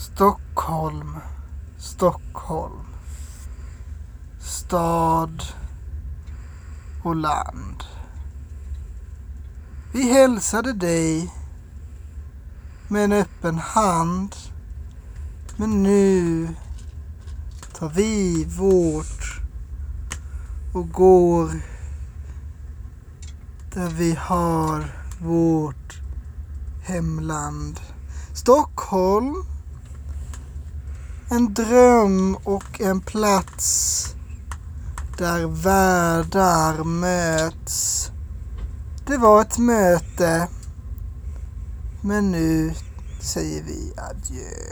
Stockholm, Stockholm, stad och land. Vi hälsade dig med en öppen hand, men nu tar vi vårt och går där vi har vårt hemland. Stockholm, en dröm och en plats där världar möts. Det var ett möte, men nu säger vi adjö.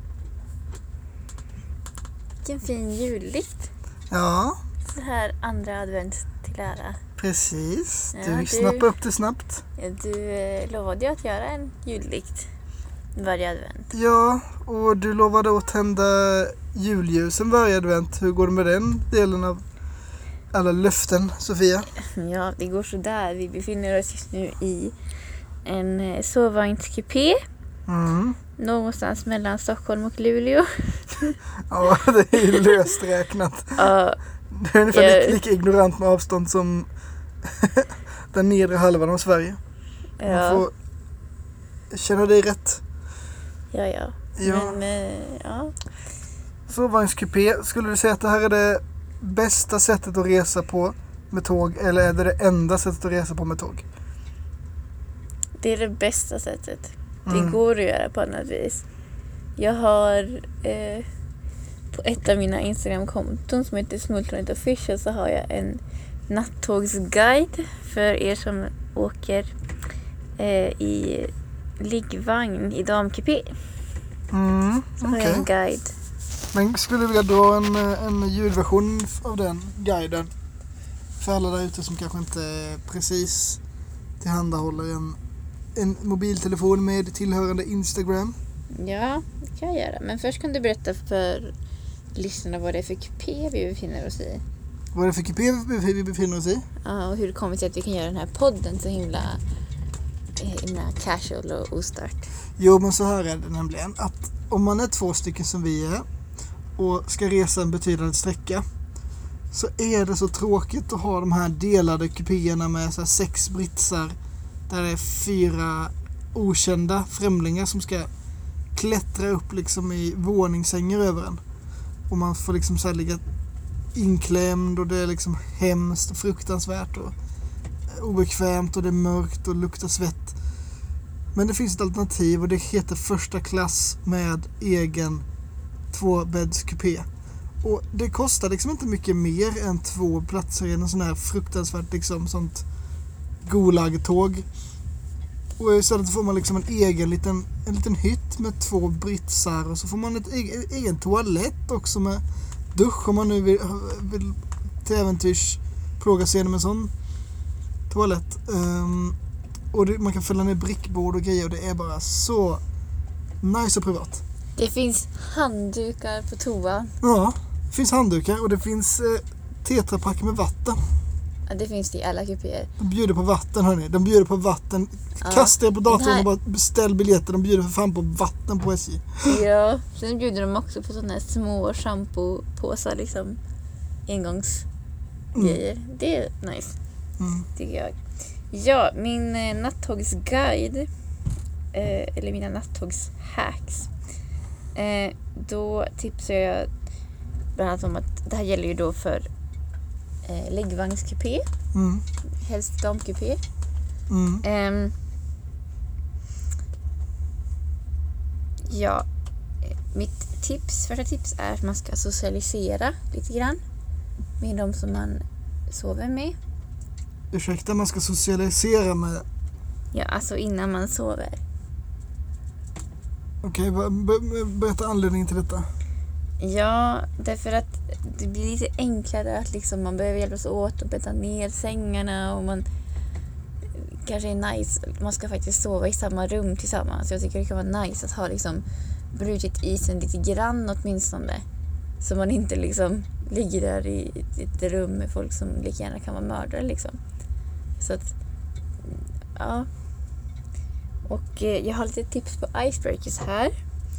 Vilken fin juldikt. Ja, Så här andra advent till ära. precis. Ja, Du snappade upp det snabbt. Du lovade ju att göra en juldikt varje advent. Ja, och du lovade att tända julljusen varje advent. Hur går det med den delen av alla löften, Sofia? Ja, det går så där. Vi befinner oss just nu i en sovvagnskupé. Någonstans mellan Stockholm och Luleå. Ja, det är ju löst räknat. Ja, Det är ungefär lika ignorant med avstånd som den nedre halvan av Sverige. Man får känna dig rätt. Ja. Ja. Men, ja. Sovvagnskupé, skulle du säga att det här är det bästa sättet att resa på med tåg, eller är det enda sättet att resa på med tåg? Det är det bästa sättet. Det går att göra på annat vis. Jag har på ett av mina Instagram-konton som heter Smultronet Official så har jag en nattågsguide för er som åker i liggvagn i damkupé. Så har jag en guide. Men skulle du vilja dra en ljudversion av den guiden för alla där ute som kanske inte precis tillhandahåller en mobiltelefon med tillhörande Instagram? Ja, det kan jag göra. Men först kan du berätta för lyssnarna vad det är för kupé vi befinner oss i. Vad är det för kupé vi befinner oss i? Ja, och hur det kommer sig att vi kan göra den här podden så himla casual och ostört. Jo, men så här är det nämligen att om man är 2 stycken som vi är och ska resa en betydande sträcka så är det så tråkigt att ha de här delade kupéerna med så här 6 britsar där det är 4 okända främlingar som ska klättra upp liksom i våningssängar över en. Och man får liksom så här ligga inklämd och det är liksom hemskt och fruktansvärt och obekvämt och det är mörkt och luktar svett. Men det finns ett alternativ och det heter första klass med egen 2-bäddskupé. Och det kostar liksom inte mycket mer än 2 platser i en sån här fruktansvärt liksom sånt golagtåg. Och istället får man liksom en liten hytt med 2 britsar och så får man ett egen toalett också med dusch om man nu vill till äventyrs plåga sig genom en sån toalett. Och man kan fälla ner brickbord och grejer och det är bara så nice och privat. Det finns handdukar på toa. Ja, det finns handdukar och det finns tetrapack med vatten. Ja, det finns det i alla kupéer. De bjuder på vatten, hörni. De bjuder på vatten. Ja, kasta er på datorn och bara beställ biljetter. De bjuder för fan på vatten på SJ. Ja, sen bjuder de också på sådana här små shampoo-påsar liksom. Engångsgrejer. Det är nice. Tycker jag. Ja, min nattågsguide eller mina nattågshacks. Då tipsar jag bland annat om att det här gäller ju då för läggvagnskupé. Helst damkupé. Ja, mitt första tips är att man ska socialisera lite grann med de som man sover med. Ursäkta, man ska socialisera med? Ja, alltså innan man sover. Okej, berätta anledningen till detta. Ja, därför att det blir lite enklare att liksom man behöver hjälpas åt och bädda ner sängarna och man kanske är nice. Man ska faktiskt sova i samma rum tillsammans. Jag tycker det kan vara nice att ha liksom brutit isen lite grann åtminstone. Så man inte liksom ligger där i ett rum med folk som lika gärna kan vara mördare liksom. Så att, ja. Och jag har lite tips på icebreakers här.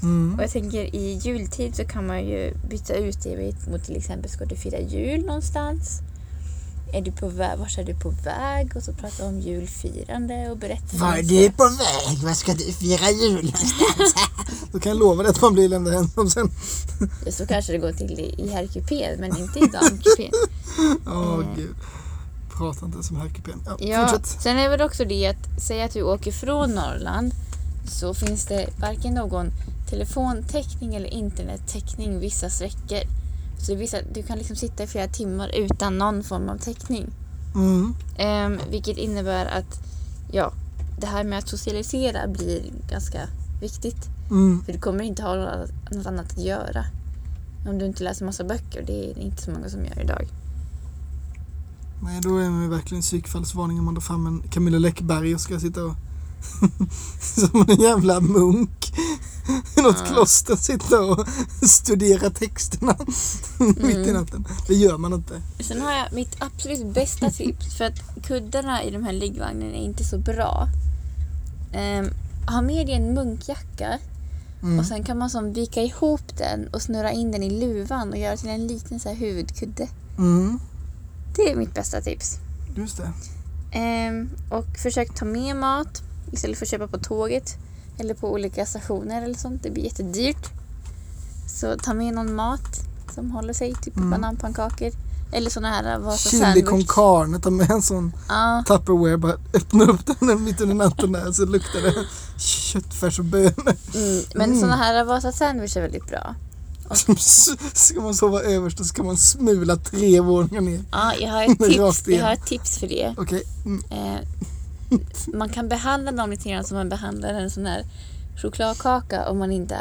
Och jag tänker i jultid så kan man ju byta ut det mot till exempel, ska du fira jul någonstans? Är du på väg? Vart är du på väg? Och så prata om julfirande och berätta. Var är du på väg? Var ska du fira jul någonstans? Då kan jag lova dig att man blir lämnad ensam sen. Ja, så kanske det går till i herrkupén, men inte i damkupén. Gud. Prata inte som herrkupén. Ja, fortsätt. sen är det också det att säga att du åker från Norrland, så finns det varken någon telefontäckning eller internettäckning vissa sträckor. Så du kan liksom sitta i flera timmar utan någon form av täckning. Vilket innebär att det här med att socialisera blir ganska viktigt. För du kommer inte ha något annat att göra om du inte läser massa böcker. Det är inte så många som gör idag. Nej, då är man ju verkligen psykfallsvarning om man drar fram en Camilla Läckberg och ska sitta och som en jävla munk i något kloster sitta och studera texterna mitt i natten. Det gör man inte. Sen har jag mitt absolut bästa tips, för att kuddarna i de här liggvagnen är inte så bra. Ha med dig en munkjacka och sen kan man som vika ihop den och snurra in den i luvan och göra till en liten så här huvudkudde. Det är mitt bästa tips. Just det. Och försök ta med mat istället för att köpa på tåget eller på olika stationer eller sånt. Det blir jättedyrt. Så ta med någon mat som håller sig, typ bananpannkakor eller såna här Vasa chili sandwich. con carne, ta med en sån Tupperware, bara öppna upp den mitt under natten där så luktar det köttfärs och bönor. Men såna här Vasa sandwich är väldigt bra. Ska man sova överst så ska man smula 3 våningar ner. Ja, jag har ett tips för det. Okej. Man kan behandla dem lite grann som man behandlar en sån här chokladkaka om man inte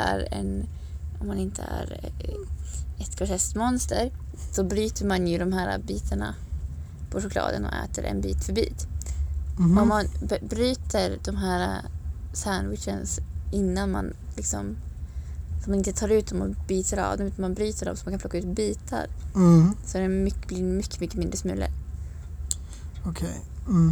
är ett grotteskmonster. Så bryter man ju de här bitarna på chokladen och äter en bit för bit. Om man bryter de här sandwichens innan man liksom, så man inte tar ut dem och biter av dem, utan man bryter dem så man kan plocka ut bitar. Så det blir mycket mindre smulor. Okej.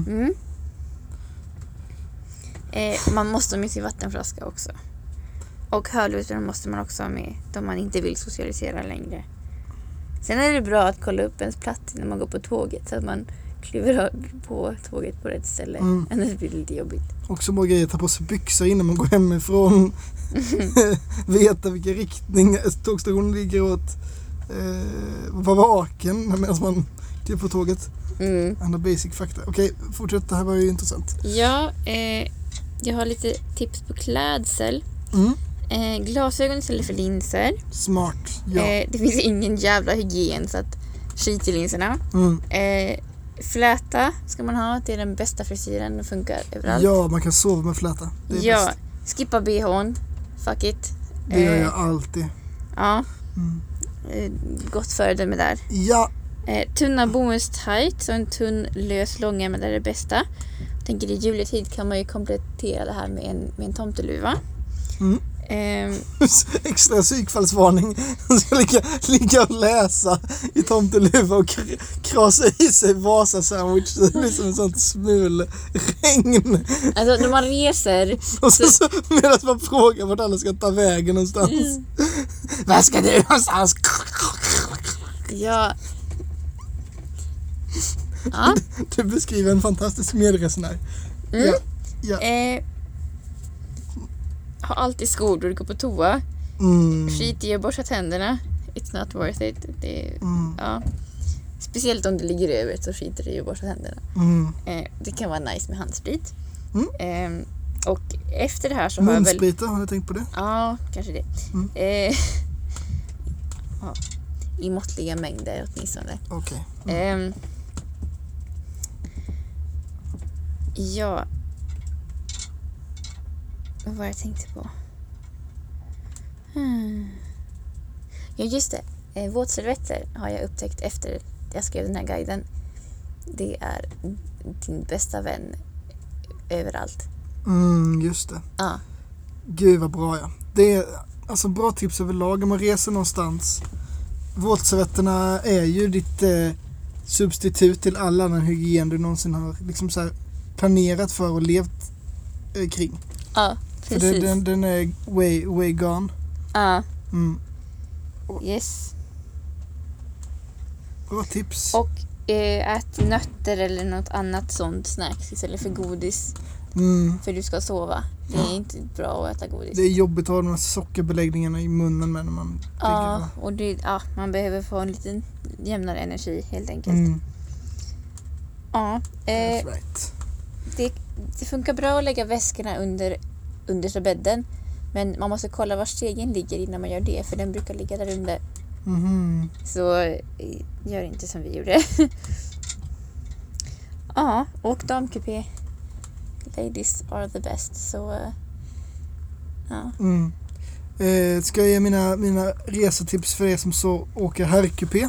Man måste ha med sin vattenflaska också. Och hörlurarna måste man också ha med då man inte vill socialisera längre. Sen är det bra att kolla upp ens plats när man går på tåget så att man kliver på tåget på rätt ställe. Annars blir det lite jobbigt. Också bra grejer, ta på sig byxor innan man går hemifrån. Veta vilken riktning tågstationen ligger åt. Vara vaken medan man kliver på tåget. Andra basic fakta. Okej, fortsätt. Det här var ju intressant. Ja, jag har lite tips på klädsel. Glasögon istället för linser. Smart, ja. Det finns ingen jävla hygien så att skit i linserna. Fläta ska man ha. Det är den bästa frisyren. Den funkar överallt. Ja, man kan sova med fläta. Det är bäst. Skippa BH:n. Fuck it. Det gör jag alltid. Ja. Gott föredöme där. Ja. Tunna bomullstights och en tunn lös långärm är det bästa. Jag tänker i juletid kan man ju komplettera det här med en tomteluva. Extra psykfallsvarning. Man ska ligga och läsa i tomteluva och krasa i sig Vasa sandwich. Det blir som en sån smulregn. Alltså när man reser och så medan man frågar vart alla ska ta vägen någonstans. Var ska du någonstans? Ja. Du beskriver en fantastisk medresenär. Ja. Ha alltid skor då du går på toa. Skit i att borsta tänderna. It's not worth it. Speciellt om du ligger över så skiter du i att borsta tänderna. Det kan vara nice med handsprit. Och efter det här så har jag väl... Munsprita, har ni tänkt på det? Ja, kanske det. I måttliga mängder åtminstone. Okej. Ja. Vad var jag tänkte på? Ja, just det. Våtservetter har jag upptäckt efter jag skrev den här guiden. Det är din bästa vän överallt. Just det. Gud vad bra, ja. Det är alltså bra tips överlag om man reser någonstans. Våtservetterna är ju ditt substitut till all annan hygien du någonsin har liksom så här planerat för och levt kring. Ja, precis. För den är way gone. Ja. Mm. Yes. Bra tips. Och ät nötter eller något annat sånt snacks istället för godis. För du ska sova. Det är inte bra att äta godis. Det är jobbigt att ha de här sockerbeläggningarna i munnen med när man och man behöver få en liten jämnare energi helt enkelt. Ja. That's right. Det funkar bra att lägga väskorna under understa bädden. Men man måste kolla var stegen ligger innan man gör det. För den brukar ligga där under. Så gör inte som vi gjorde. Ja, och damkupé. Ladies are the best. Så ja. Ska jag ge mina resetips för er som så åker herrkupé?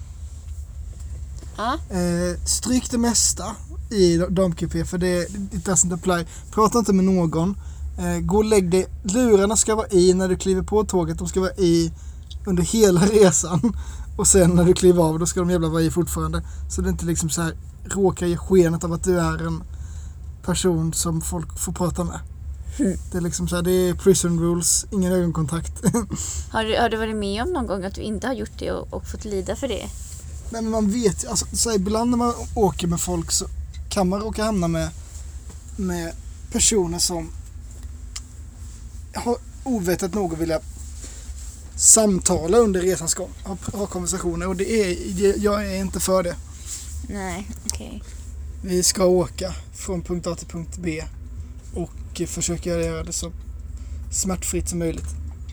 Ja. Stryk det mesta i damkupé, för det doesn't apply. Prata inte med någon. Gå och lägg dig. Lurarna ska vara i när du kliver på tåget. De ska vara i under hela resan. Och sen när du kliver av, då ska de jävla vara i fortfarande. Så det inte liksom så här råkar ge skenet av att du är en person som folk får prata med. Det är liksom så här, det är prison rules, ingen ögonkontakt. Har du varit med om någon gång att du inte har gjort det och fått lida för det? Nej, men man vet alltså, så här, ibland när man åker med folk så kan man råka hamna med personer som har ovetat något vilja samtala under resans gång, ha konversationer, och jag är inte för det. Nej, okej. Vi ska åka från punkt A till punkt B och försöka göra det så smärtfritt som möjligt.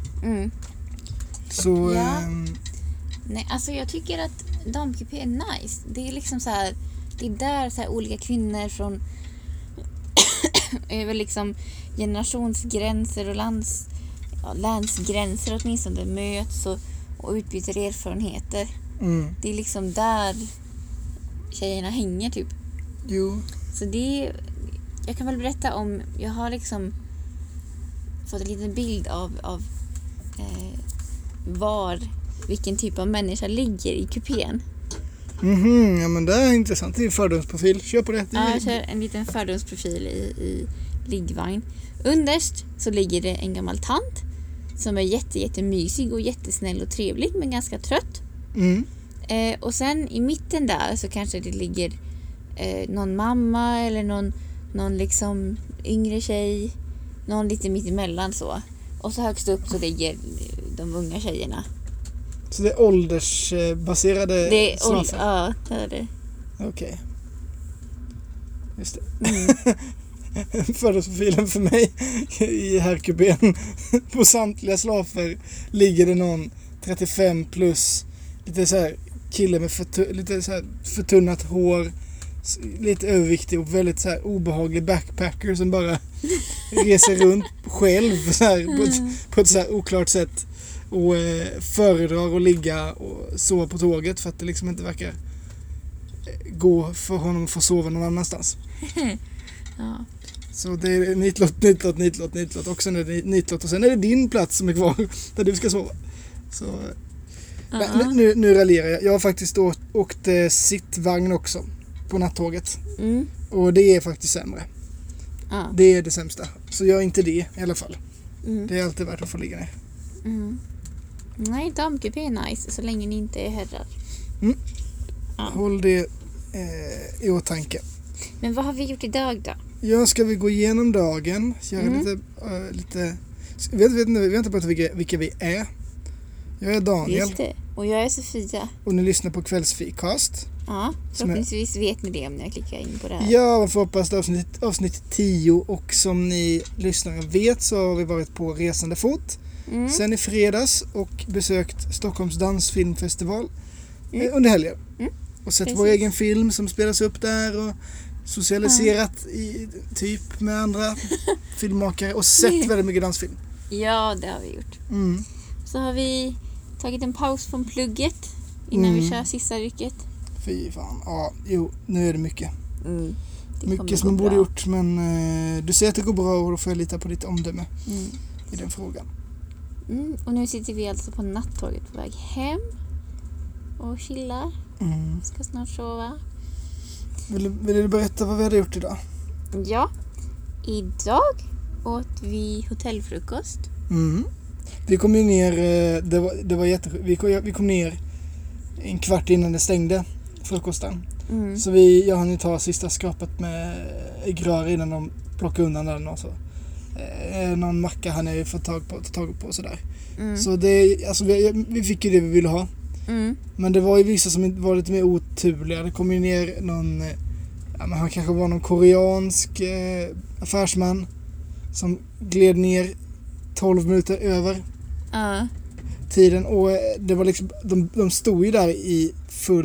Så ja. Nej, alltså jag tycker att damkupé är nice. Det är liksom så här, det är där så här olika kvinnor från över liksom generationsgränser och länsgränser åtminstone möts och utbyter erfarenheter. Det är liksom där tjejerna hänger typ. Jo. Så jag kan väl berätta om, jag har liksom fått en liten bild av vilken typ av människa ligger i kupén. Ja, men det är intressant. Det är en fördomsprofil. Kör på det. Ja, jag kör en liten fördomsprofil i liggvagn. Underst så ligger det en gammal tant som är jättemysig och jättesnäll och trevlig, men ganska trött. Och sen i mitten där så kanske det ligger någon mamma eller någon liksom yngre tjej, någon lite mitt emellan så. Och så högst upp så ligger de unga tjejerna. Så det är åldersbaserade slafer? Ja, det är det. Okej. Just det. Fördomsprofilen för mig i herrkupén på samtliga slafer ligger det någon 35 plus, lite så här kille med lite så här förtunnat hår, lite överviktig och väldigt så här obehaglig backpacker som bara reser runt själv så här, på ett så här oklart sätt och föredrar att ligga och sova på tåget för att det liksom inte verkar gå för honom att få sova någon annanstans. Ja. Så det är nitlott och sen är det nitlott och sen är det din plats som är kvar där du ska sova. Så men nu raljerar jag. Jag har faktiskt åkt sittvagn också på nattåget. Och det är faktiskt sämre. Det är det sämsta. Så gör inte det i alla fall. Det är alltid värt att få ligga ner. Nej, damkupé är nice så länge ni inte är herrar. Håll det i åtanke. Men vad har vi gjort idag då? Ja, ska vi gå igenom dagen? Göra lite vi har inte pratat vilka vi är. Jag är Daniel. Just det. Och jag är Sofia. Och ni lyssnar på Kvällsfikast. Ja, förhoppningsvis vet ni det om ni klickar in på det här. Ja, man får hoppas det avsnitt 10. Och som ni lyssnare vet så har vi varit på resande fot sen i fredags och besökt Stockholms dansfilmfestival under helgen. Och sett vår egen film som spelas upp där och socialiserat i typ med andra filmmakare och sett väldigt mycket dansfilm. Ja, det har vi gjort. Så har vi tagit en paus från plugget innan vi kör sista rycket. Fy fan. Ja, nu är det mycket. Mycket som man borde gjort, men du säger att det går bra och då får jag lita på ditt omdöme i den frågan. Och nu sitter vi alltså på nattåget på väg hem och chillar. Ska snart sova. Vill du berätta vad vi hade gjort idag? Ja, idag åt vi hotellfrukost. Vi kom ju ner, det var vi kom ner en kvart innan det stängde frukosten. Så jag hann ju ta sista skrapet med äggrör innan de plockade undan den och så. Någon macka hann jag ju få ta tag på och sådär. Så det, alltså vi fick ju det vi ville ha. Men det var ju vissa som var lite mer oturliga. Det kom ju ner någon, han kanske var någon koreansk affärsman som gled ner 12 minuter över tiden, och det var liksom, de stod ju där i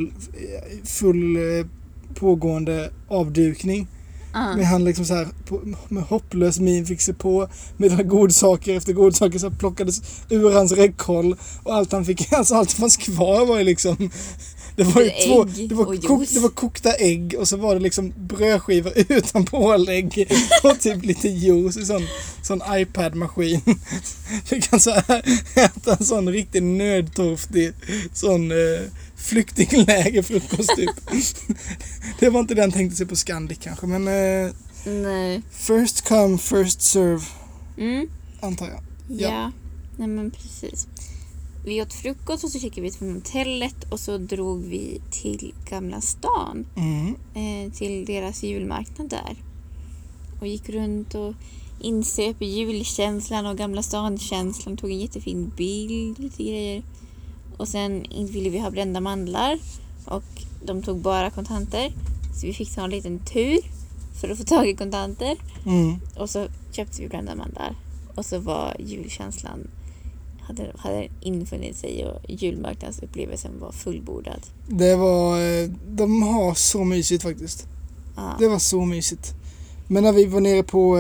full pågående avdukning. Men han liksom så här med hopplös min fick se på med godsaker efter godsaker så plockades ur hans räckhåll, och allt han fick, alltså allt som fanns kvar var ju liksom, det var ju det var kokta ägg, och så var det liksom brödskivor utan pålägg och typ lite juice i sån iPad-maskin. Fick han så här äta en sån riktigt nödtorftig sån flyktingläger frukost typ. Det var inte den tänkte sig på Scandic kanske, men nej. First come, first serve. Antar jag. Ja, nej men precis. Vi åt frukost och så kikade vi från hotellet och så drog vi till Gamla stan. Till deras julmarknad där. Och gick runt och insöp julkänslan och Gamla stan-känslan. Tog en jättefin bild, lite grejer. Och sen ville vi ha brända mandlar. Och de tog bara kontanter. Så vi fick ta en liten tur för att få tag i kontanter. Och så köpte vi brända mandlar. Och så var julkänslan hade infunnit sig och julmarknadsupplevelsen var fullbordad. Det var, de har så mysigt faktiskt. Det var så mysigt. Men när vi var nere på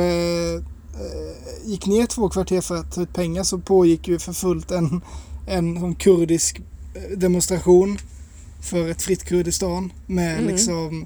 gick ner 2 kvarter för att ta ut pengar, så pågick ju för fullt en kurdisk demonstration för ett fritt Kurdistan med liksom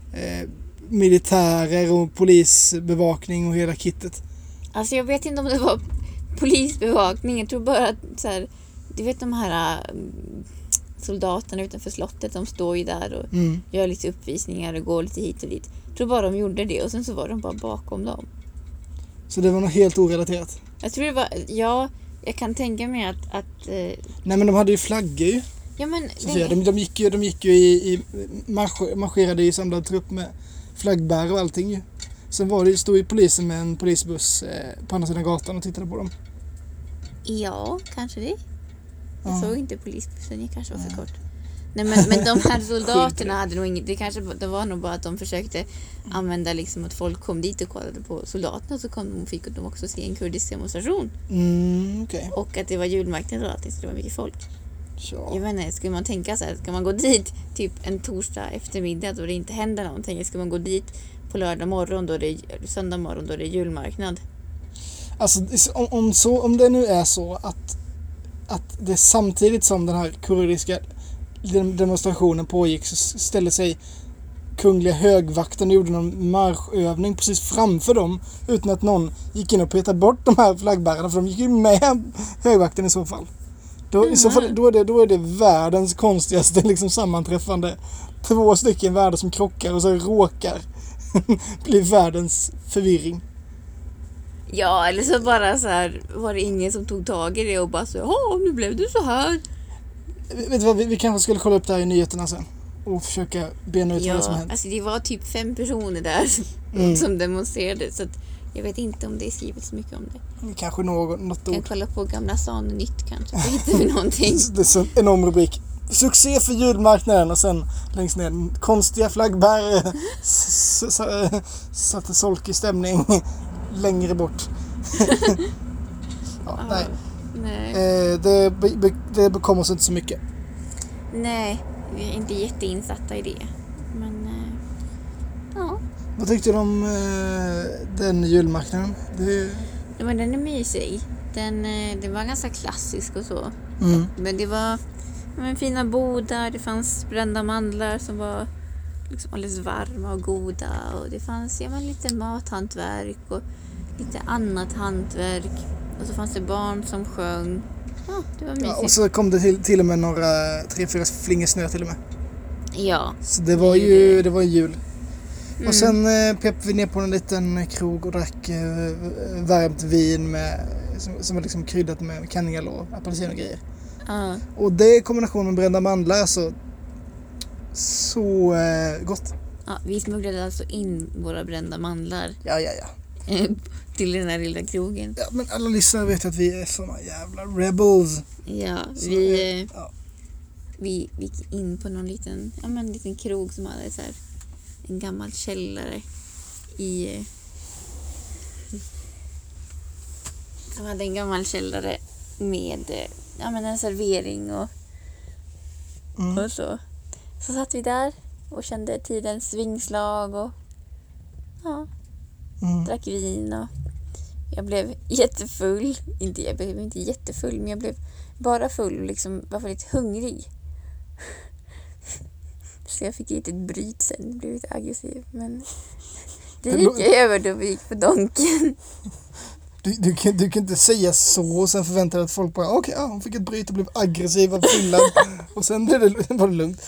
militärer och polisbevakning och hela kittet. Alltså jag vet inte om det var polisbevakning. Jag tror bara att så här, du vet de här soldaterna utanför slottet, de står ju där och gör lite uppvisningar och går lite hit och dit. Jag tror bara de gjorde det och sen så var de bara bakom dem. Så det var något helt orelaterat? Jag tror det var, ja, jag kan tänka mig att nej, men de hade ju flaggor ju. Ja, men de gick ju i marscherade i samlad trupp med flaggbär och allting ju. Sen stod ju polisen med en polisbuss på andra sidan gatan och tittade på dem. Ja, kanske det. Jag såg inte polisbussen, jag kanske var för kort. Nej, men de här soldaterna hade nog inget, det var nog bara att de försökte använda liksom att folk kom dit och kollade på soldaterna, och så fick de också se en kurdisk demonstration. Okay. Och att det var julmarknad och allting, så det var mycket folk. Ja. Jag vet inte, ska man tänka så här, ska man gå dit typ en torsdag eftermiddag då det inte händer någonting, ska man gå dit på lördag morgon då det är söndag morgon då det är julmarknad? Alltså om det nu är så att det samtidigt som den här kurdiska demonstrationen pågick, så ställde sig kungliga högvakten och gjorde någon marschövning precis framför dem utan att någon gick in och petade bort de här flaggbärarna, för de gick ju med högvakten i så fall. Då är det världens konstigaste liksom sammanträffande. 2 stycken världar som krockar och så råkar bli världens förvirring. Ja, eller så bara så här, var det ingen som tog tag i det och bara så, ja, nu blev du så här. Vet du vad, vi kanske skulle kolla upp det här i nyheterna sen och försöka bena ut vad som hänt. Alltså det var typ 5 personer där som demonstrerade, så att jag vet inte om det är skrivet så mycket om det. Kanske något ord. Kan kolla på Gamla stan nytt kanske, så hittar vi någonting. Det är en enorm rubrik. Succé för julmarknaden, och sen längst ner konstiga flaggbär satte solkig stämning längre bort. Nej. Det bekommer oss inte så mycket. Nej, vi är inte jätteinsatta i det. Men ja. Vad tyckte du om den julmarknaden? Men den är mysig. Den var ganska klassisk och så. Men det var fina bodar, det fanns brända mandlar som var liksom alldeles varma och goda, och det fanns lite mathantverk och lite annat hantverk, och så fanns det barn som sjöng. Ja, det var mysigt. Ja, och så kom det till och med några 3-4 flingor snö till och med. Ja. Så det var ju jul. Och sen peppade vi ner på en liten krog och drack varmt vin med, som var liksom kryddat med kanel och apelsin och grejer. Och det i kombination med brända mandlar, alltså så gott. Ja, vi smugglade alltså in våra brända mandlar Ja. till den här lilla krogen. Ja, men alla lyssnare vet att vi är såna jävla rebels. Ja, Så, vi gick in på någon liten krog som hade så här en gammal källare i... De hade en gammal källare med en servering och så. Så satt vi där och kände tidens vingslag och drack vin och jag blev jättefull. Jag blev inte jättefull, men jag blev bara full och liksom var väldigt hungrig. Så jag fick ett bryt sen, blev lite aggressiv. Men det gick över då vi gick på Donken. Du kan inte säga så och sen förvänta dig att folk bara hon fick ett bryt och blev aggressiv av fyllan. Och sen var det lugnt.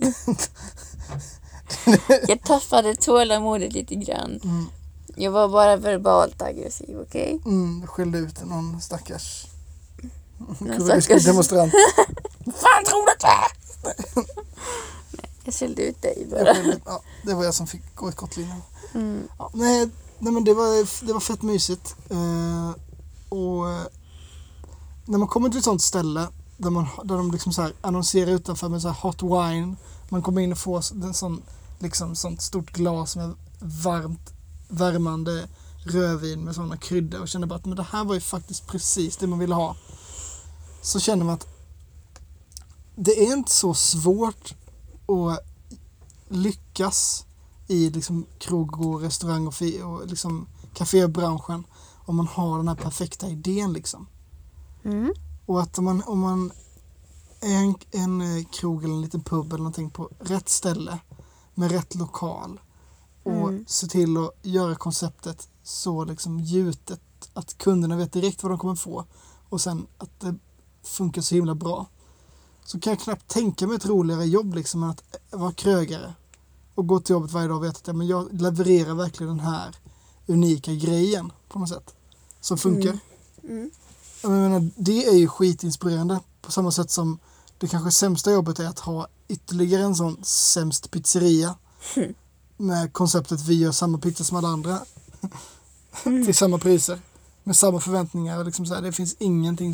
Jag tappade tålamodet lite grann. Jag var bara verbalt aggressiv, okej? Skällde ut någon stackars demonstrant. Fan tror du det? Jag skällde ut dig bara. Det var jag som fick gå i kottlinjen. Nej, men det var fett mysigt. Och när man kommer till ett sånt ställe där de liksom så här annonserar utanför med så här hot wine, man kommer in och får en sån liksom sånt stort glas med värmande rödvin med såna kryddor och känner bara att men det här var ju faktiskt precis det man ville ha. Så känner man att det är inte så svårt att lyckas i liksom krog och restaurang och liksom kafébranschen om man har den här perfekta idén liksom. Och att om man är en krog eller en liten pub eller någonting på rätt ställe med rätt lokal och se till att göra konceptet så liksom gjutet att kunderna vet direkt vad de kommer få och sen att det funkar så himla bra, så kan jag knappt tänka mig ett roligare jobb liksom än att vara krögare och gå till jobbet varje dag och veta att jag levererar verkligen den här unika grejen på något sätt som funkar. Jag menar, det är ju skitinspirerande på samma sätt som det kanske sämsta jobbet är att ha ytterligare en sån sämst pizzeria med konceptet vi gör samma pizza som alla andra till samma priser med samma förväntningar och liksom så här, det finns ingenting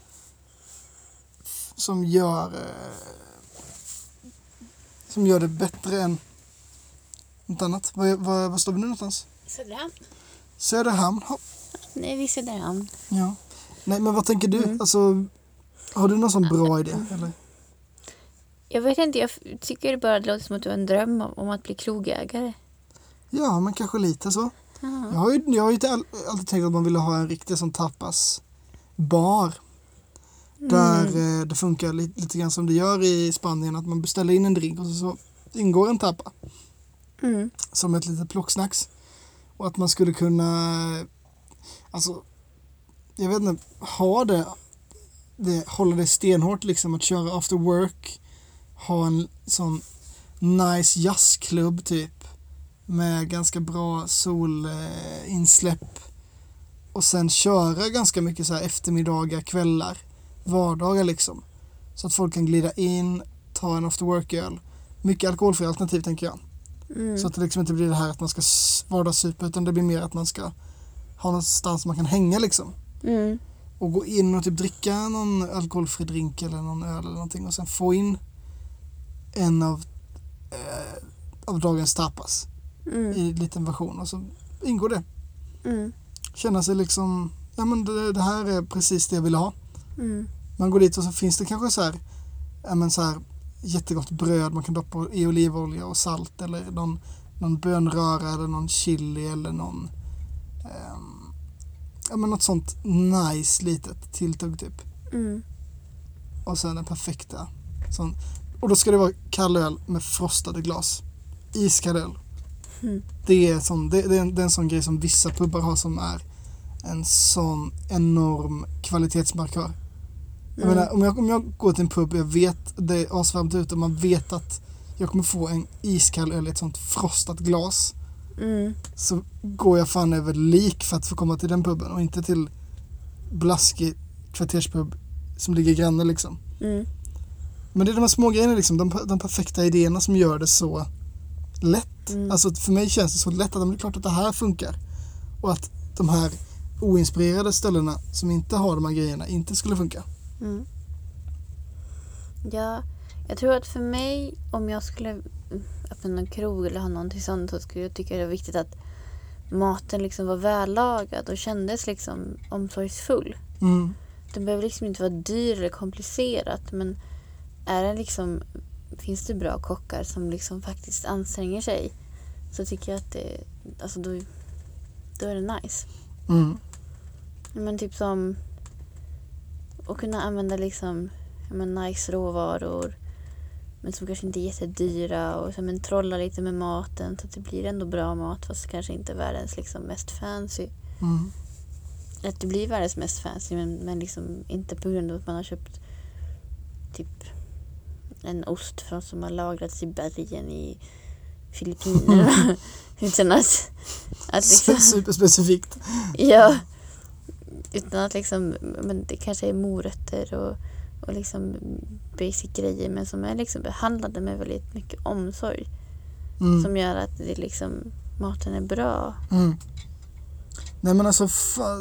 som gör det bättre än något annat. Vad står vi nu någonstans? Söderhamn. Nej, vi är Söderhamn. Ja. Nej, men vad tänker du? Alltså, har du någon sån bra idé? Eller? Jag vet inte, jag tycker bara det låter som att du har en dröm om att bli krogägare. Ja, men kanske lite så. Jag har ju alltid tänkt att man ville ha en riktig sån tapas-bar. Där det funkar lite grann som det gör i Spanien, att man beställer in en drink och så ingår en tapa. Som ett litet plocksnacks. Och att man skulle kunna, alltså, jag vet inte, hålla det stenhårt liksom, att köra after work, ha en sån nice jazzklubb typ med ganska bra solinsläpp och sen köra ganska mycket så här eftermiddagar, kvällar, vardagar liksom, så att folk kan glida in, ta en after work-öl, mycket alkoholfri alternativ tänker jag. Så att det liksom inte blir det här att man ska vardagssupa, utan det blir mer att man ska ha någonstans man kan hänga liksom. Och gå in och typ dricka någon alkoholfri drink eller någon öl eller någonting och sen få in en av dagens tapas i en liten version och så ingår det. Känna sig liksom, ja men det här är precis det jag vill ha. Man går dit och så finns det kanske så här, ja men så här jättegott bröd man kan doppa i olivolja och salt eller någon bönröra eller någon chili eller någon ja men något sånt nice litet tilltugg typ. Och sen den perfekta sån, och då ska det vara kall öl med frostade glas, iskall öl. Det är en sån grej som vissa pubbar har som är en sån enorm kvalitetsmarkör. Jag menar, om jag går till en pub och jag vet det är asvarmt ute och man vet att jag kommer få en iskall öl i ett sånt frostat glas, så går jag fan över lik för att få komma till den puben och inte till blaskig kvarterspub som ligger granne liksom. Men det är de här små grejerna liksom, de perfekta idéerna som gör det så lätt. Alltså för mig känns det så lätt att det är klart att det här funkar. Och att de här oinspirerade ställena som inte har de här grejerna inte skulle funka. Ja, jag tror att för mig, om jag skulle öppna en krog eller ha någonting sånt, så skulle jag tycka det var viktigt att maten liksom var vällagad och kändes liksom omsorgsfull. Den behöver liksom inte vara dyr eller komplicerat, men är det liksom, finns det bra kockar som liksom faktiskt anstränger sig, så tycker jag att det, alltså då är det nice. Men typ som att kunna använda liksom nice råvaror, men som kanske inte är jättedyra, och som trolla lite med maten så att det blir ändå bra mat, fast kanske inte världens liksom mest fancy. Att det blir världens mest fancy, men liksom inte på grund av att man har köpt typ en ost som har lagrats i bergen i Filippinerna. Utan att liksom, superspecifikt. Ja, utan att liksom, men det kanske är morötter och liksom basic grejer, men som är liksom behandlade med väldigt mycket omsorg, som gör att det liksom, maten är bra. Nej men alltså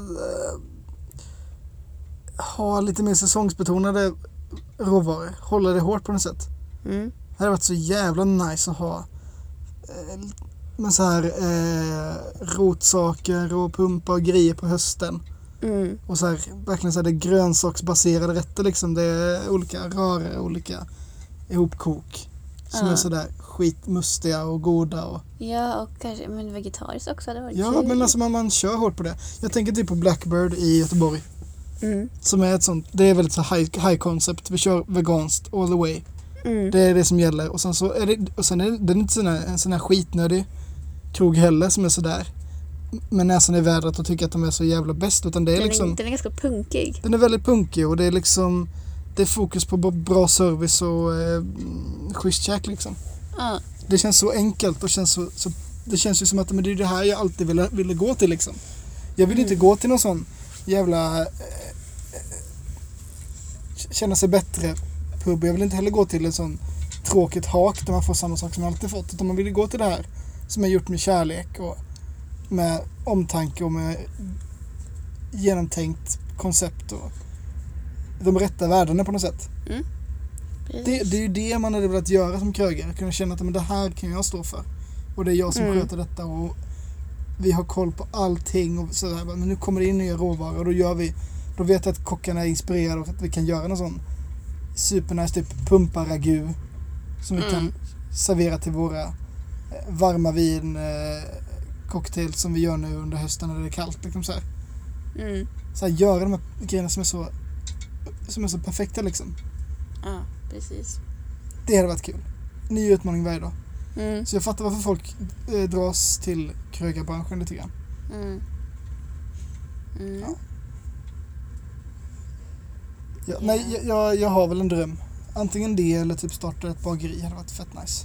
ha lite mer säsongsbetonade råvaror, hålla det hårt på något sätt. Det hade varit så jävla nice att ha med så här rotsaker och pumpa och grejer på hösten. Och så här, verkligen så här, det grönsaksbaserade rätter liksom, det är olika rörer, olika ihopkok som är så där skitmustiga och goda och ja, och kanske men vegetariskt också, det var ja, kul. men alltså man kör hårt på det. Jag tänker typ på Blackbird i Göteborg. Som är ett sånt, det är väldigt så high concept. Vi kör veganskt all the way. Det är det som gäller. Och sen så är det, och sen är det inte en sån här skitnödig krog heller som är sådär med näsan i vädret och tycker att de är så jävla bäst, utan det är liksom, den är ganska punkig. Den är väldigt punkig, och det är liksom, det är fokus på bra service och schysst käk liksom. Det känns så enkelt och känns så det känns ju som att men det är det här jag alltid ville gå till liksom. Jag vill inte gå till någon sån jävla känna sig bättre pub. Jag vill inte heller gå till en sån tråkigt hak där man får samma sak som man alltid fått, utan man vill gå till det här som är gjort med kärlek och med omtanke och med genomtänkt koncept och de rätta värdena på något sätt. Det är ju det man hade velat göra som krögare, kunna känna att men det här kan jag stå för, och det är jag som sköter detta, och vi har koll på allting och sådär, men nu kommer det in nya råvaror och då vet jag att kockarna är inspirerade och att vi kan göra någon sån supernice typ pumpa-ragu som vi kan servera till våra varma vin cocktails som vi gör nu under hösten när det är kallt liksom så här. Så här, göra de här grejerna som är så perfekta liksom. Ja, precis. Det hade varit kul. Ny utmaning varje dag. Så jag fattar varför folk dras till krögarbranschen lite grann. Ja. Ja, nej, jag har väl en dröm. Antingen det eller typ starta ett bageri hade varit fett nice.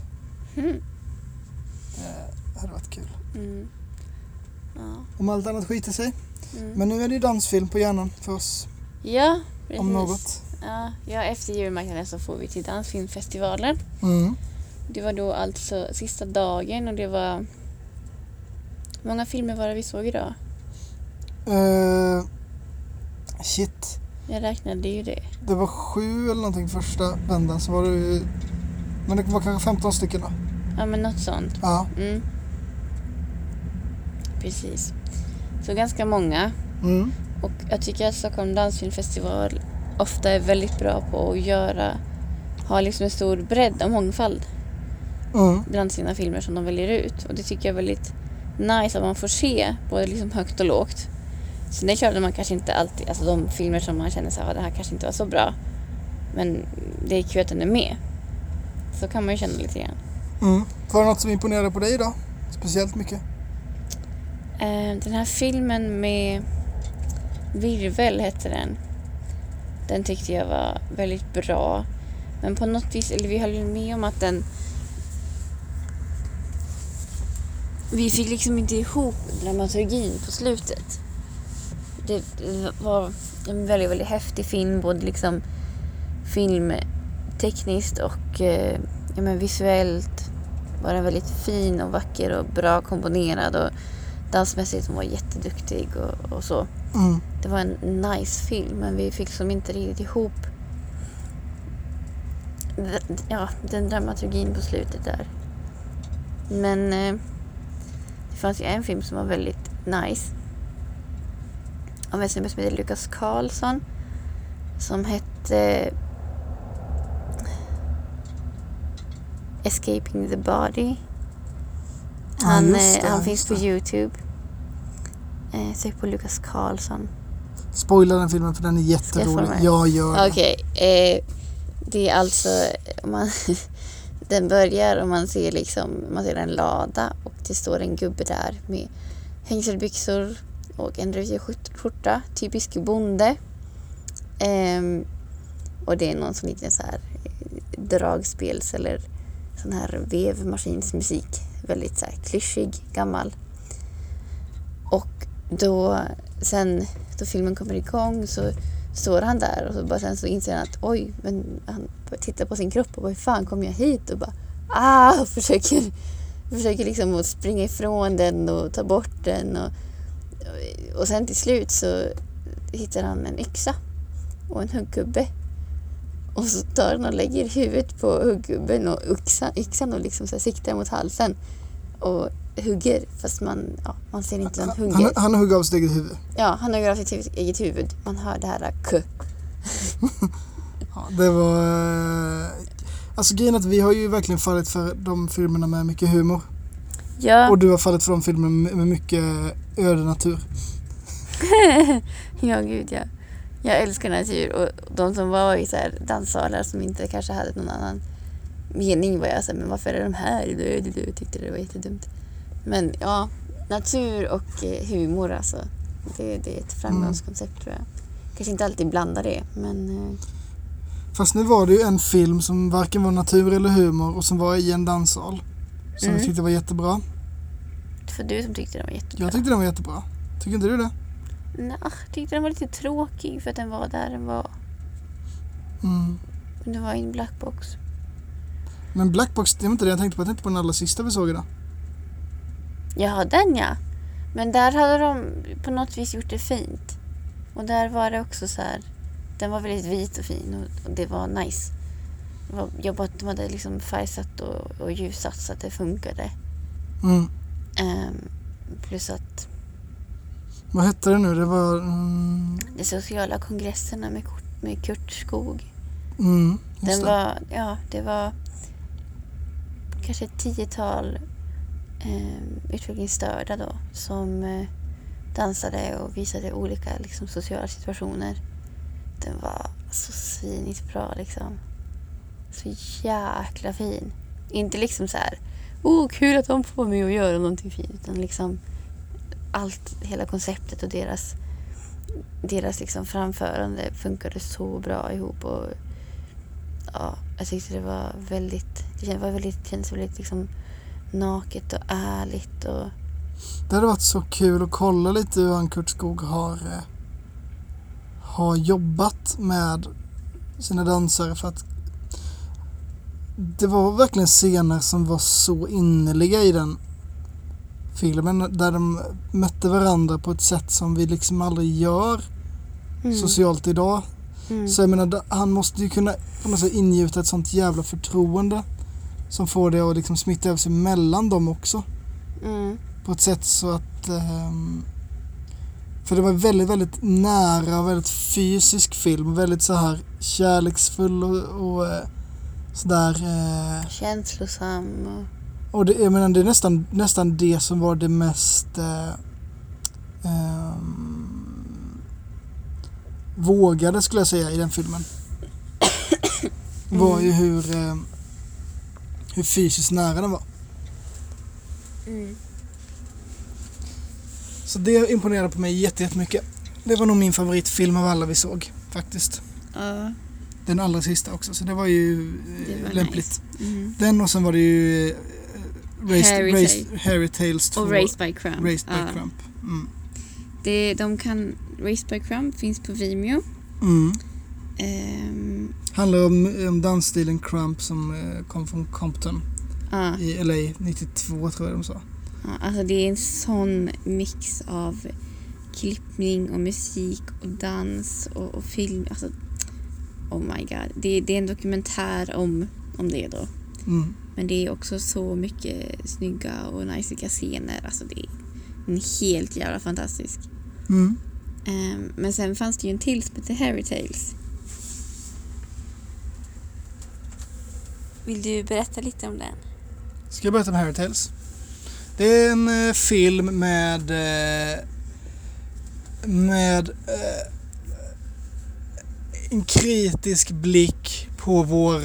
Det hade varit kul. Ja. Om allt annat skiter sig. Men nu är det ju dansfilm på hjärnan för oss. Ja, precis. Om något. Ja, efter julmarknaden så får vi till dansfilmfestivalen. Det var då alltså sista dagen, och det var... Hur många filmer var det vi såg idag? Shit. Jag räknade ju det. Det var 7 eller någonting första vändan, så var det... Men det var kanske 15 stycken då. Ja, men något sånt. Ja. Precis. Så ganska många. Och jag tycker att Stockholm dansfilmfestival ofta är väldigt bra på att ha liksom en stor bredd och mångfald bland sina filmer som de väljer ut. Och det tycker jag är väldigt nice att man får se både liksom högt och lågt. Så det är klart att man kanske inte alltid, alltså de filmer som man känner så här, det här kanske inte var så bra, men det är kul att den är med. Så kan man ju känna lite grann. Var det något som imponerade på dig idag? Speciellt mycket? Den här filmen med Virvel heter den. Den tyckte jag var väldigt bra. Men på något vis, eller vi höll med om att den vi fick liksom inte ihop dramaturgin på slutet. Det var en väldigt, väldigt häftig film, både liksom filmtekniskt och visuellt var den väldigt fin och vacker och bra komponerad, och dansmässigt var jätteduktig och så. Det var en nice film, men vi fick som inte riktigt ihop den dramaturgin på slutet där. Men det fanns ju en film som var väldigt nice av en snubbe som heter Lukas Karlsson, som hette Escaping the Body. Han finns på YouTube. Sök på Lukas Karlsson. Spoila den filmen, för den är jätterolig. Jag gör det. Okej. Det är alltså den börjar och man ser en lada, och det står en gubbe där med hängselbyxor och en röd skjorta, typisk bonde. Och det är någon sån liten så här dragspels eller sån här vevmaskinsmusik, väldigt så här klyschig, gammal. Och då filmen kommer igång så står han där, och så bara sen så inser han att oj, men han tittar på sin kropp och bara, hur fan kom jag hit? Och bara försöker liksom att springa ifrån den och ta bort den, och sen till slut så hittar han en yxa och en huggubbe, och så tar han och lägger huvudet på huggubben och yxan och liksom så här siktar mot halsen och hugger, fast man ser inte att han hugger. Han hugger av sitt eget huvud. Ja, han hugger av sitt eget huvud. Man hör det här k. Ja, det var... Alltså grejen är att vi har ju verkligen fallit för de filmerna med mycket humor. Ja. Och du har fallit för de filmerna med mycket öde natur. Ja, gud ja. Jag älskar natur, och de som var i så här danssalar som inte kanske hade någon annan mening var jag så här, men varför är de här? Du tyckte det var jättedumt. Men ja, natur och humor alltså. Det är ett framgångskoncept tror jag. Kanske inte alltid blandar det, men... Fast nu var det ju en film som varken var natur eller humor och som var i en danssal. Som jag tyckte var jättebra. För du som tyckte den var jättebra. Jag tyckte den var jättebra. Tycker inte du det? Nej, jag tyckte den var lite tråkig för att den var där den var. Det var i en blackbox. Men blackbox, det var inte det jag tänkte på. Jag tänkte på den allra sista vi såg idag. Ja, den ja. Men där hade de på något vis gjort det fint. Och där var det också så här. Den var väldigt vit och fin och det var nice. De hade liksom färgsatt och ljussatt så att det funkade. Plus att... Vad hette det nu? Det var... De sociala kongresserna med Kurt Skog. Det var kanske ett 10-tal utvecklingsstörda då som dansade och visade olika liksom, sociala situationer. Den var så svinigt bra liksom. Så jäkla fin. Inte liksom så här, kul att de får mig att göra någonting fint, utan liksom hela konceptet och deras liksom framförande funkade så bra ihop, och ja, jag tyckte det var väldigt, kändes väldigt liksom naket och ärligt, och det hade varit så kul att kolla lite hur han Kurt Skog har jobbat med sina dansare, för att det var verkligen scener som var så innerliga i den filmen, där de mötte varandra på ett sätt som vi liksom aldrig gör socialt idag. Så jag menar, han måste ju kunna på något sätt ingjuta ett sånt jävla förtroende som får det att liksom smitta över sig mellan dem också. På ett sätt så att för det var väldigt, väldigt nära, väldigt fysisk film, väldigt så här kärleksfull och sådär känslosam och det, jag menar, det är nästan det som var det mest vågade, skulle jag säga, i den filmen. Var ju hur fysiskt nära den var. Så det imponerade på mig jättemycket. Det var nog min favoritfilm av alla vi såg, faktiskt. Den allra sista också, så det var ju lämpligt. Nice. Den, och sen var det ju Hairy Tales 2. Och Raised by Crump. Raised by Crump. Raised by Crump finns på Vimeo. Handlar om dansstilen Crump som kom från Compton i LA 92 tror jag de sa. Alltså det är en sån mix av klippning och musik och dans och film. Alltså, oh my god. Det är en dokumentär om det då. Men det är också så mycket snygga och najsiga scener. Alltså det är en helt jävla fantastisk. Men sen fanns det ju en till som heter Hairy Tales. Vill du berätta lite om den? Ska jag berätta om Hairy Tales? Det är en film med en kritisk blick på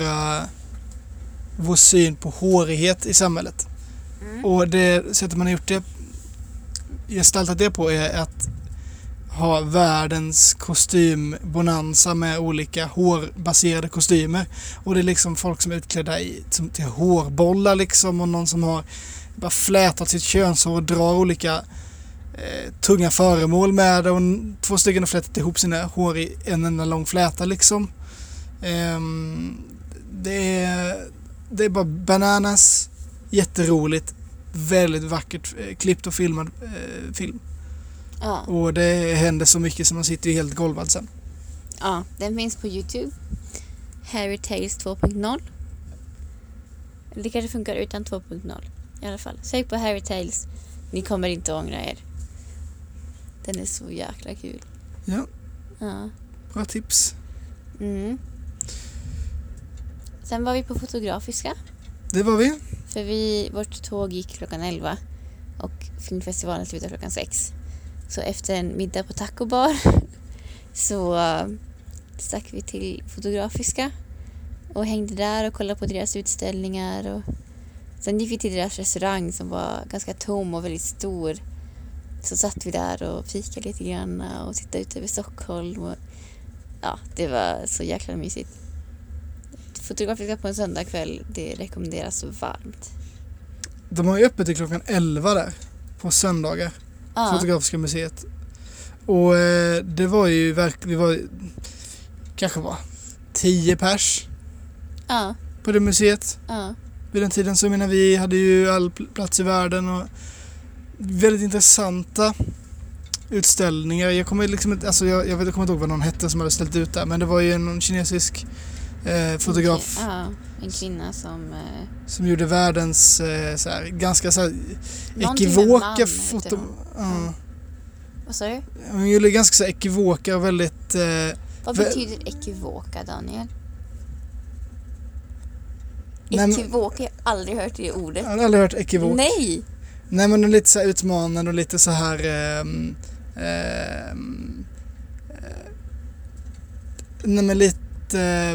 vår syn på hårighet i samhället. Och det sättet man har gestaltat det på är att ha världens kostymbonanza med olika hårbaserade kostymer. Och det är liksom folk som är utklädda till hårbollar liksom, och någon som har bara flätat sitt könshår och drar olika tunga föremål med det, och 2 stycken har flätat ihop sina hår i en enda lång fläta liksom. Det är bara bananas, jätteroligt, väldigt vackert klippt och filmad film. Ja. Och det händer så mycket som man sitter ju helt golvad sen. Ja, den finns på YouTube. Hairy Tales 2.0. Det kanske funkar utan 2.0 i alla fall. Sök på Hairy Tales. Ni kommer inte ångra er. Den är så jäkla kul. Ja. Ja. Bra tips. Sen var vi på Fotografiska. Det var vi. För vårt tåg gick klockan 11 och filmfestivalen slutade klockan 6. Så efter en middag på Taco Bar så stack vi till Fotografiska och hängde där och kollade på deras utställningar. Och sen gick vi till deras restaurang som var ganska tom och väldigt stor. Så satt vi där och fikade lite grann och tittade ut över Stockholm. Och, ja, det var så jäkla mysigt. Fotografiska på en söndagkväll, det rekommenderas varmt. De har ju öppet till klockan 11 där på söndagar. Fotografiska museet. Och det var ju vi var kanske 10 pers på det museet. Vid den tiden så menar vi hade ju all plats i världen och väldigt intressanta utställningar. Jag kommer liksom inte, alltså jag kommer inte ihåg vad någon hette som hade ställt ut där, men det var ju någon kinesisk fotograf. En kvinna som gjorde världens så här, ganska så här ekivoka foton. Vad sa du? Hon gjorde ganska så här ekivoka och väldigt vad betyder ekivoka, Daniel? Ekivoka, jag har aldrig hört det ordet. Jag har aldrig hört ekivok. Nej, men lite så här utmanande och lite så här men lite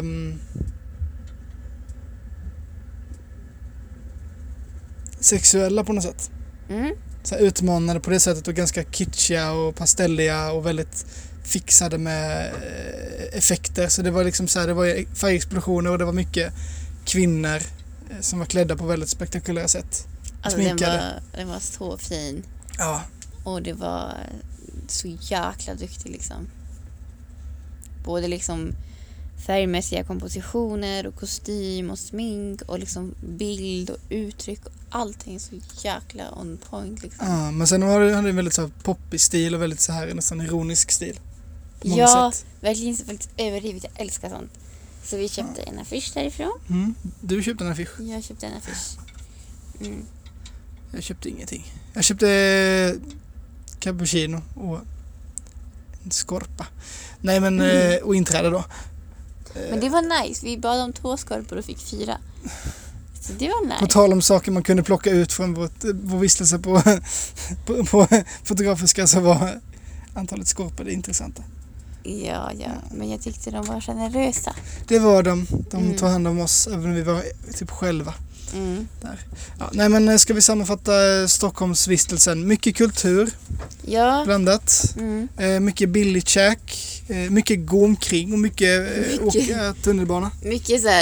sexuella på något sätt. Så här utmanande på det sättet och ganska kitschiga och pastelliga och väldigt fixade med effekter. Så det var liksom så här, det var färgexplosioner och det var mycket kvinnor som var klädda på väldigt spektakulära sätt. alltså den var så fin. Ja. Och det var så jäkla duktig liksom. Både liksom färgmässiga kompositioner och kostym och smink och liksom bild och uttryck och allting så jäkla on point liksom. Ja, men sen hade en väldigt så här poppig stil och väldigt så här nästan ironisk stil. Ja, verkligen så väldigt överdrivet. Jag älskar sånt. Så vi köpte en affisch därifrån. Du köpte en affisch. Jag köpte en affisch. Jag köpte ingenting. Jag köpte cappuccino och en skorpa. Nej men och inträde då. Men det var nice. Vi bad om 2 skorpor och fick 4. Så det var nice. På tal om saker man kunde plocka ut från vår vistelse på Fotografiska så var antalet skorpor det intressanta. Ja. Men jag tyckte de var generösa. Det var de. De tog hand om oss även om vi var typ själva. Där. Ja, nej men ska vi sammanfatta Stockholmsvistelsen? Mycket kultur blandat. Mycket billigt käk. Mycket gå omkring och mycket åka tunnelbana. Mycket så här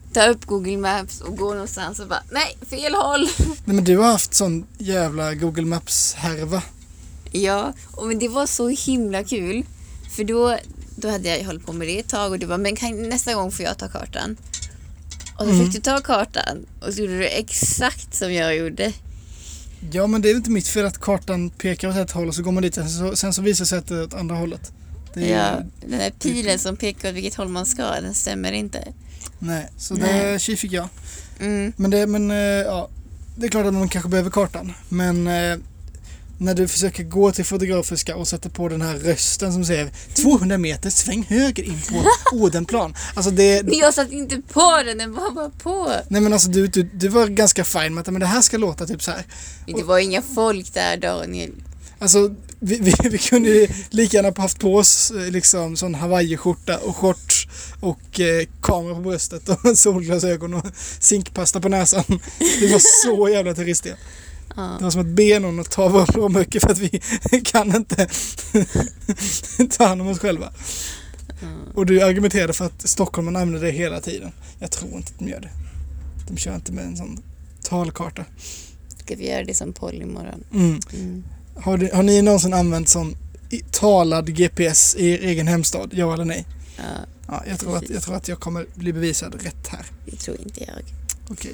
ta upp Google Maps och gå någonstans och bara, nej, fel håll. Nej, men du har haft sån jävla Google Maps-härva. Ja, men det var så himla kul. För då hade jag hållit på med det ett tag och du bara, men nästa gång får jag ta kartan. Och så fick du ta kartan och så gjorde du exakt som jag gjorde. Ja, men det är inte mitt fel att kartan pekar åt ett håll och så går man dit sen så visar sig att det är åt andra hållet. Det är, den där pilen som pekar åt vilket håll man ska, den stämmer inte. Nej, så det fick jag. Mm. Men det är klart att man kanske behöver kartan. Men när du försöker gå till Fotografiska och sätta på den här rösten som säger 200 meter sväng höger in på Odenplan. Alltså Men jag satt inte på den var bara på. Nej, men alltså du var ganska fin med att men det här ska låta typ så här. Det var inga folk där, Daniel. Alltså vi kunde ju lika gärna haft på oss liksom sån Hawaii-skjorta och shorts och kamera på bröstet och solglasögon och zinkpasta på näsan. Det var så jävla turistiga. Ja. Det var som att be någon att ta våra plånböcker för att vi kan inte ta hand om oss själva. Och du argumenterade för att Stockholm använder det hela tiden. Jag tror inte att de gör det. De kör inte med en sån talkarta. Ska vi göra det som poll imorgon? Har ni någonsin använt sån talad GPS i er egen hemstad? Ja eller nej? Ja, jag tror att jag kommer bli bevisad rätt här. Det tror inte jag. Okej.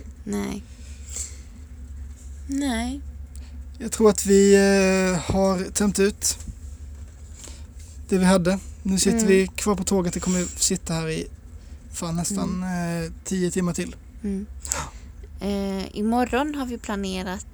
Nej. Jag tror att vi har tömt ut det vi hade. Nu sitter vi kvar på tåget. Det kommer sitta här i nästan 10 timmar till. Imorgon har vi planerat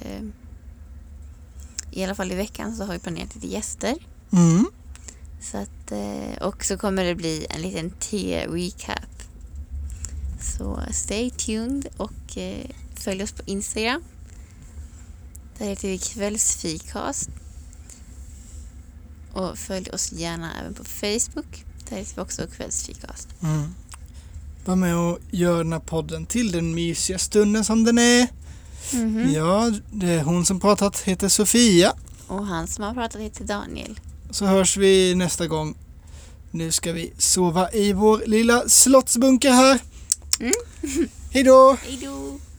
i alla fall i veckan så har vi planerat lite gäster. Så att, och så kommer det bli en liten recap. Så stay tuned och följ oss på Instagram. Där heter vi Kvällsfikast. Och följ oss gärna även på Facebook. Där heter vi också Kvällsfikast. Var med och gör den här podden till den mysiga stunden som den är. Ja, det är hon som pratat heter Sofia. Och han som har pratat heter Daniel. Så hörs vi nästa gång. Nu ska vi sova i vår lilla slottsbunker här. Hej då! Hej då!